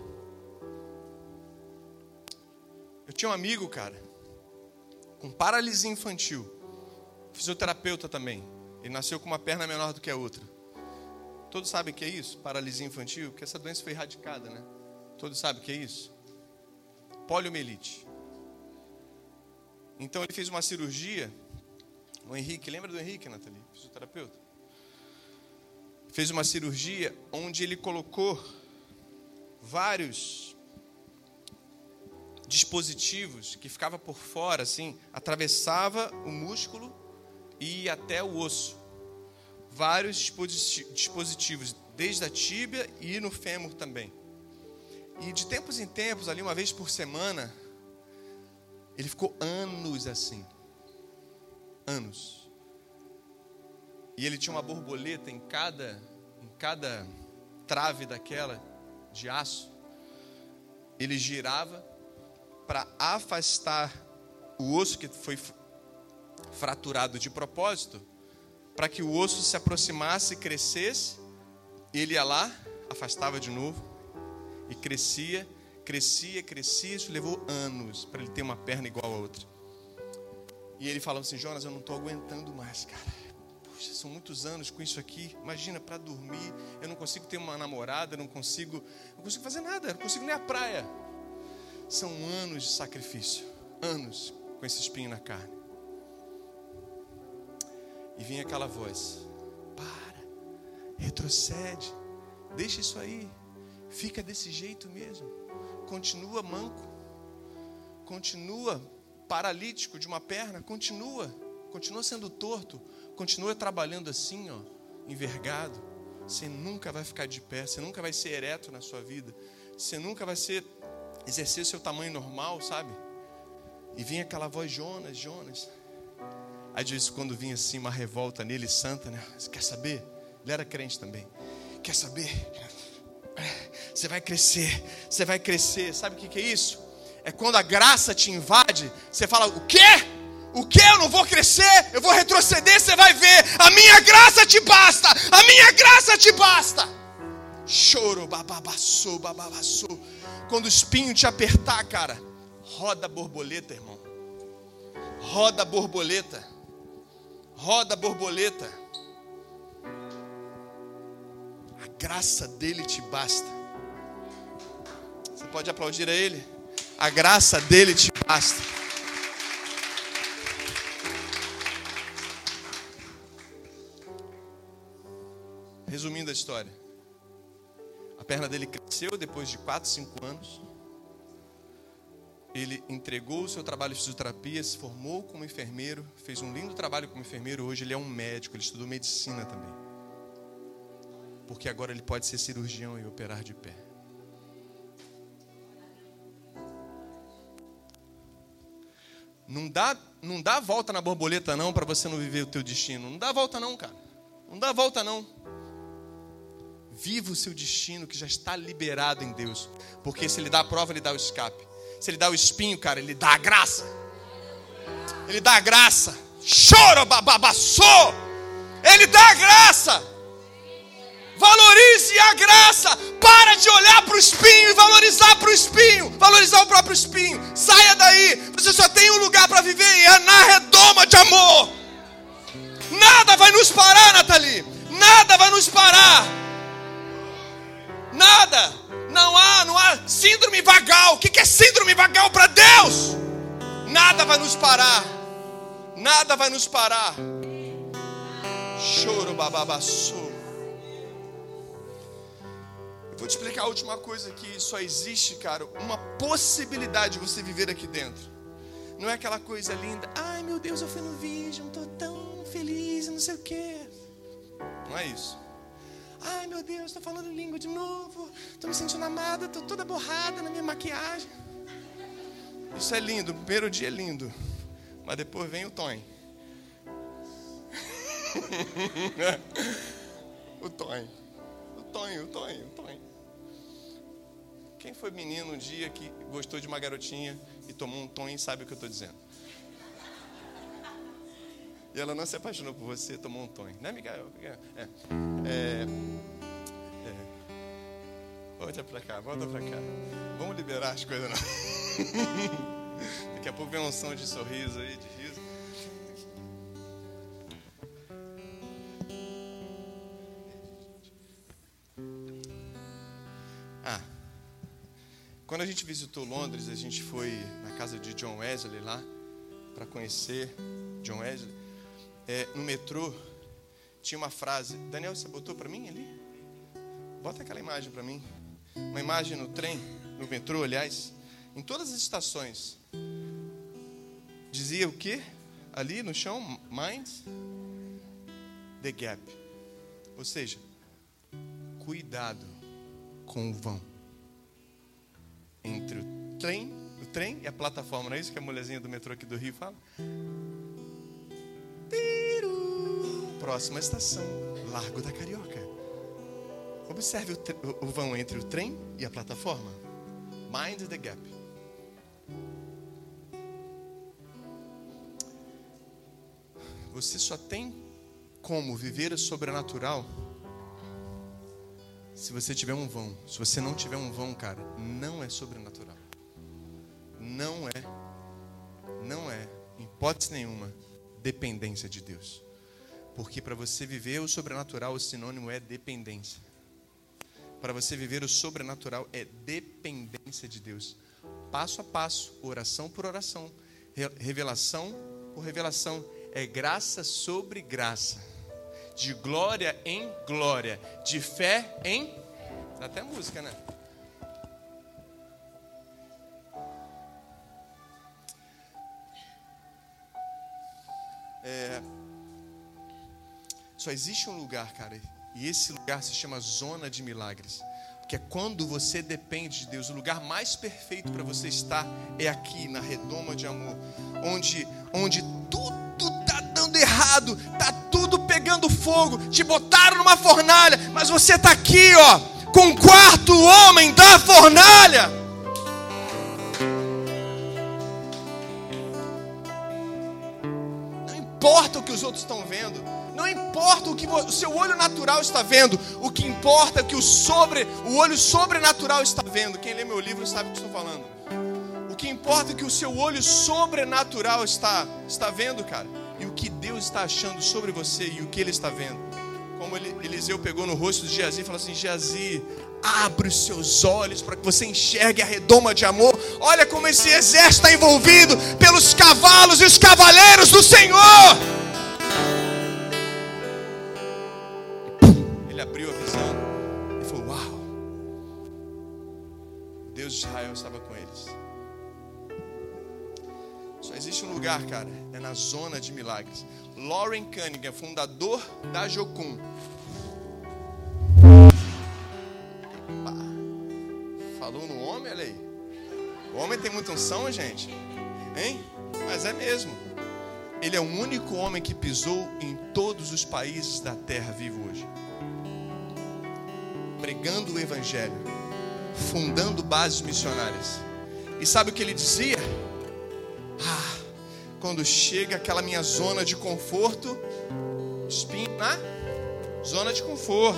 Eu tinha um amigo, cara, com paralisia infantil, fisioterapeuta também. Ele nasceu com uma perna menor do que a outra. Todos sabem o que é isso? Paralisia infantil? Porque essa doença foi erradicada, né? Todos sabem o que é isso? Poliomielite. Então ele fez uma cirurgia. O Henrique, lembra do Henrique, Nathalie? Fisioterapeuta. Fez uma cirurgia onde ele colocou vários dispositivos que ficava por fora, assim, atravessava o músculo e ia até o osso. Vários dispositivos, desde a tíbia e no fêmur também. E de tempos em tempos, ali uma vez por semana, ele ficou anos assim. Anos. E ele tinha uma borboleta em cada trave daquela, de aço. ele girava para afastar o osso que foi fraturado de propósito, para que o osso se aproximasse, crescesse, ele ia lá, afastava de novo, e crescia, isso levou anos para ele ter uma perna igual a outra. E ele falava assim: Jonas, eu não estou aguentando mais, cara. Puxa, são muitos anos com isso aqui. Imagina, para dormir, eu não consigo ter uma namorada, não consigo fazer nada, não consigo nem a praia. São anos de sacrifício, anos com esse espinho na carne. E vinha aquela voz: para, retrocede, deixa isso aí, fica desse jeito mesmo, continua manco, continua paralítico de uma perna, continua sendo torto, continua trabalhando assim, ó, envergado. Você nunca vai ficar de pé, você nunca vai ser ereto na sua vida, você nunca vai exercer o seu tamanho normal, sabe? E vinha aquela voz: Jonas, Jonas. Aí de vez em quando vinha assim uma revolta nele, santa, né? Você quer saber? Ele era crente também. Quer saber? Você vai crescer, você vai crescer. Sabe o que é isso? É quando a graça te invade, você fala: o quê? O quê? Eu não vou crescer, eu vou retroceder, você vai ver. A minha graça te basta, a minha graça te basta. Choro, bababaçou, bababaçou. Quando o espinho te apertar, cara, roda a borboleta, irmão. Roda a borboleta. Roda a borboleta. A graça dele te basta. Você pode aplaudir a ele? A graça dele te basta. Resumindo a história, a perna dele cresceu depois de 4, 5 anos. Ele entregou o seu trabalho de fisioterapia, se formou como enfermeiro, fez um lindo trabalho como enfermeiro. Hoje ele é um médico, ele estudou medicina também. Porque agora ele pode ser cirurgião e operar de pé. Não dá volta na borboleta não, para você não viver o teu destino. Não dá volta não, cara. Não dá volta não. Viva o seu destino que já está liberado em Deus. Porque se ele dá a prova, ele dá o escape. Se ele dá o espinho, cara, ele dá a graça. Ele dá a graça. Chora, bababaçou. Ele dá a graça. Valorize a graça. Para de olhar para o espinho e valorizar para o espinho. Valorizar o próprio espinho. Saia daí. Você só tem um lugar para viver e é na redoma de amor. Nada vai nos parar, Nathalie. Nada vai nos parar. Nada. Não há síndrome vagal. O que é síndrome vagal para Deus? Nada vai nos parar. Nada vai nos parar. Choro, bababaçu. Eu vou te explicar a última coisa aqui. Só existe, cara, uma possibilidade de você viver aqui dentro. Não é aquela coisa linda. Ai, meu Deus, eu fui no Vision, tô tão feliz, não sei o quê. Não é isso. Ai, meu Deus, estou falando língua de novo. Estou me sentindo amada, estou toda borrada na minha maquiagem. Isso é lindo, o primeiro dia é lindo. Mas depois vem o Tonho. O Tonho. Quem foi menino um dia que gostou de uma garotinha e tomou um Tonho, sabe o que eu estou dizendo? E ela não se apaixonou por você, tomou um Tonho. Né, Miguel? Volta pra cá. Vamos liberar as coisas, não. Daqui a pouco vem um som de sorriso aí, de riso. Quando a gente visitou Londres, a gente foi na casa de John Wesley lá, para conhecer John Wesley. No metrô, tinha uma frase. Daniel, você botou para mim ali? Bota aquela imagem para mim. Uma imagem no trem, no metrô, aliás. Em todas as estações. Dizia o quê? Ali no chão, mind the gap. Ou seja, cuidado com o vão. Entre o trem e a plataforma. Não é isso que a mulherzinha do metrô aqui do Rio fala? Próxima estação, Largo da Carioca. Observe o vão entre o trem e a plataforma. Mind the gap. Você só tem como viver o sobrenatural se você tiver um vão. Se você não tiver um vão, cara, não é sobrenatural. Não é, em hipótese nenhuma, dependência de Deus. Porque para você viver o sobrenatural, o sinônimo é dependência. Para você viver o sobrenatural é dependência de Deus. Passo a passo, oração por oração, revelação por revelação. É graça sobre graça. De glória em glória. De fé em... Dá até música, né? Só existe um lugar, cara, e esse lugar se chama zona de milagres, que é quando você depende de Deus. O lugar mais perfeito para você estar é aqui na redoma de amor, onde tudo tá dando errado, tá tudo pegando fogo, te botaram numa fornalha, mas você tá aqui, ó, com o quarto homem da fornalha. Não importa o que os outros estão vendo, não importa o que o seu olho natural está vendo, o que importa é que o olho sobrenatural está vendo. Quem lê meu livro sabe o que estou falando. O que importa é que o seu olho sobrenatural está vendo, cara. E o que Deus está achando sobre você e o que Ele está vendo. Como Eliseu pegou no rosto de Geazi e falou assim: Geazi, abre os seus olhos para que você enxergue a redoma de amor. Olha como esse exército está envolvido pelos cavalos e os cavaleiros do Senhor. Ele abriu a visão e falou: uau, Deus de Israel estava com eles. Só existe um lugar, cara, é na zona de milagres. Lauren Cunningham, fundador da Jocum. Falou no homem, olha aí. O homem tem muita unção, gente, hein? Mas é mesmo. Ele é o único homem que pisou em todos os países da terra vivo hoje, pregando o evangelho, fundando bases missionárias. E sabe o que ele dizia? Quando chega aquela minha zona de conforto, espinho na zona de conforto,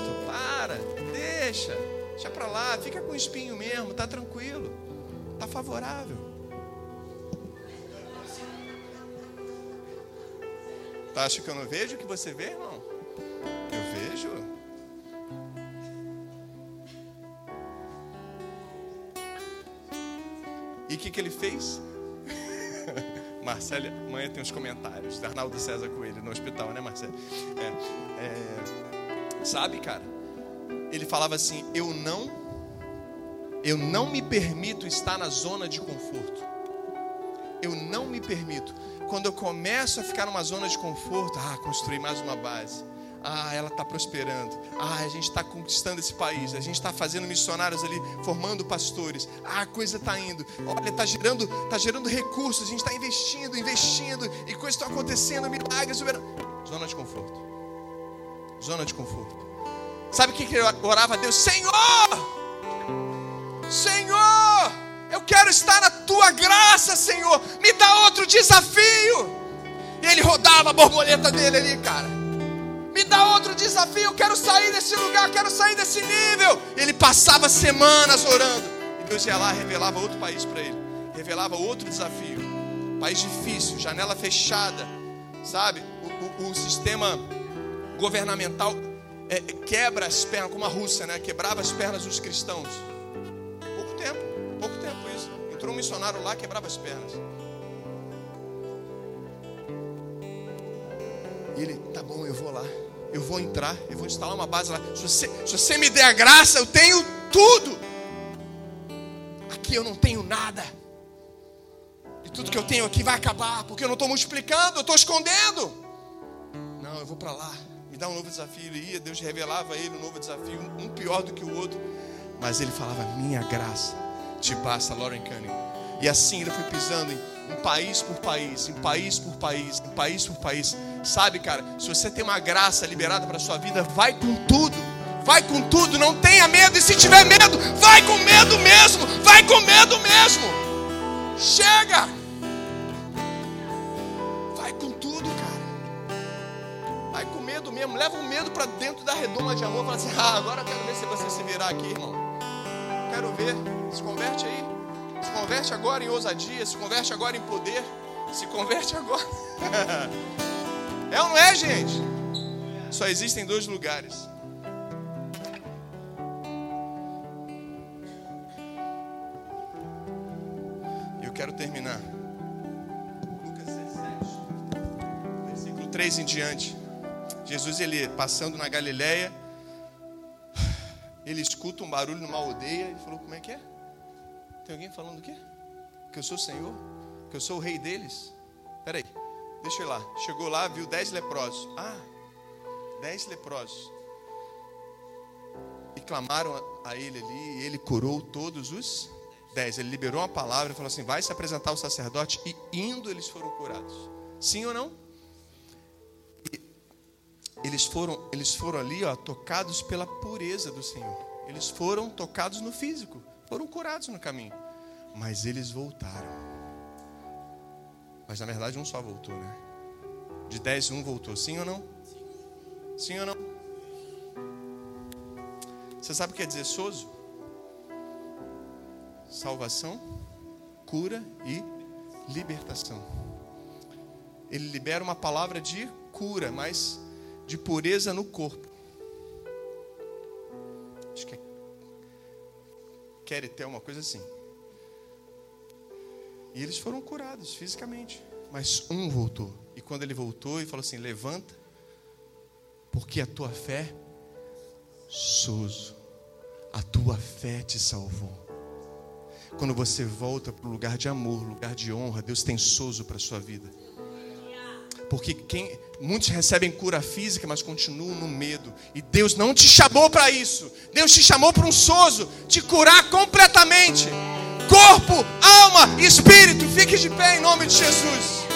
deixa pra lá, fica com o espinho mesmo, tá tranquilo, tá favorável. Tá, acha que eu não vejo o que você vê, irmão? Eu vejo. E o que ele fez? Marcelo, amanhã tem os comentários. Arnaldo César Coelho no hospital, né, Marcelo? Sabe, cara? Ele falava assim: eu não me permito estar na zona de conforto. Eu não me permito. Quando eu começo a ficar numa zona de conforto, construir mais uma base. Ela está prosperando. A gente está conquistando esse país. A gente está fazendo missionários ali, formando pastores. A coisa está indo. Olha, está gerando recursos. A gente está investindo. E coisas estão acontecendo, milagres. Zona de conforto. Zona de conforto. Sabe o que eu orava a Deus? Senhor, eu quero estar na tua graça, Senhor. Me dá outro desafio. E ele rodava a borboleta dele ali, cara. Me dá outro desafio, eu quero sair desse lugar, quero sair desse nível. Ele passava semanas orando. E Deus ia lá e revelava outro país para ele. Revelava outro desafio. País difícil, janela fechada. Sabe? O sistema governamental quebra as pernas, como a Rússia, né? Quebrava as pernas dos cristãos. Pouco tempo isso. Entrou um missionário lá, quebrava as pernas. E ele, tá bom, eu vou lá. Eu vou entrar, eu vou instalar uma base lá. Se você me der a graça, eu tenho tudo. Aqui eu não tenho nada. E tudo que eu tenho aqui vai acabar, porque eu não estou multiplicando, eu estou escondendo. Não, eu vou para lá. Me dá um novo desafio. Ele ia, Deus revelava a ele um novo desafio, um pior do que o outro. Mas ele falava: minha graça te basta, Lauren Cunningham. E assim ele foi pisando em país por país, em país por país, em país por país. Sabe, cara, se você tem uma graça liberada para a sua vida, vai com tudo. Vai com tudo, não tenha medo. E se tiver medo, vai com medo mesmo. Vai com medo mesmo. Chega. Vai com tudo, cara. Vai com medo mesmo. Leva o medo para dentro da redoma de amor. Fala assim, agora eu quero ver se você se virar aqui, irmão. Quero ver. Se converte aí. Se converte agora em ousadia. Se converte agora em poder. Se converte agora. É ou não é, gente? Só existem 2 lugares. Quero terminar. Lucas 17, versículo 3 em diante. Jesus, ele passando na Galileia, ele escuta um barulho numa aldeia. Ele falou, como é que é? Tem alguém falando o quê? Que eu sou o Senhor? Que eu sou o rei deles? Peraí, deixa eu ir lá. Chegou lá, viu 10 leprosos. 10 leprosos. E clamaram a ele ali, e ele curou todos os 10. Ele liberou uma palavra e falou assim, vai se apresentar ao sacerdote. E indo eles foram curados. Sim ou não? E eles foram ali, tocados pela pureza do Senhor. Eles foram tocados no físico. Foram curados no caminho. Mas eles voltaram. Mas na verdade um só voltou, né? De 10, um voltou. Sim ou não? Sim ou não? Você sabe o que quer dizer sozo? Salvação, cura e libertação. Ele libera uma palavra de cura, mas de pureza no corpo. Acho que é Quereté, uma coisa assim. E eles foram curados fisicamente, mas um voltou. E quando ele voltou, ele falou assim, levanta, porque a tua fé, sozo, a tua fé te salvou. Quando você volta para o lugar de amor, lugar de honra, Deus tem sozo para a sua vida. Porque muitos recebem cura física, mas continuam no medo. E Deus não te chamou para isso. Deus te chamou para um sozo, te curar completamente. Corpo, alma, espírito. Fique de pé em nome de Jesus.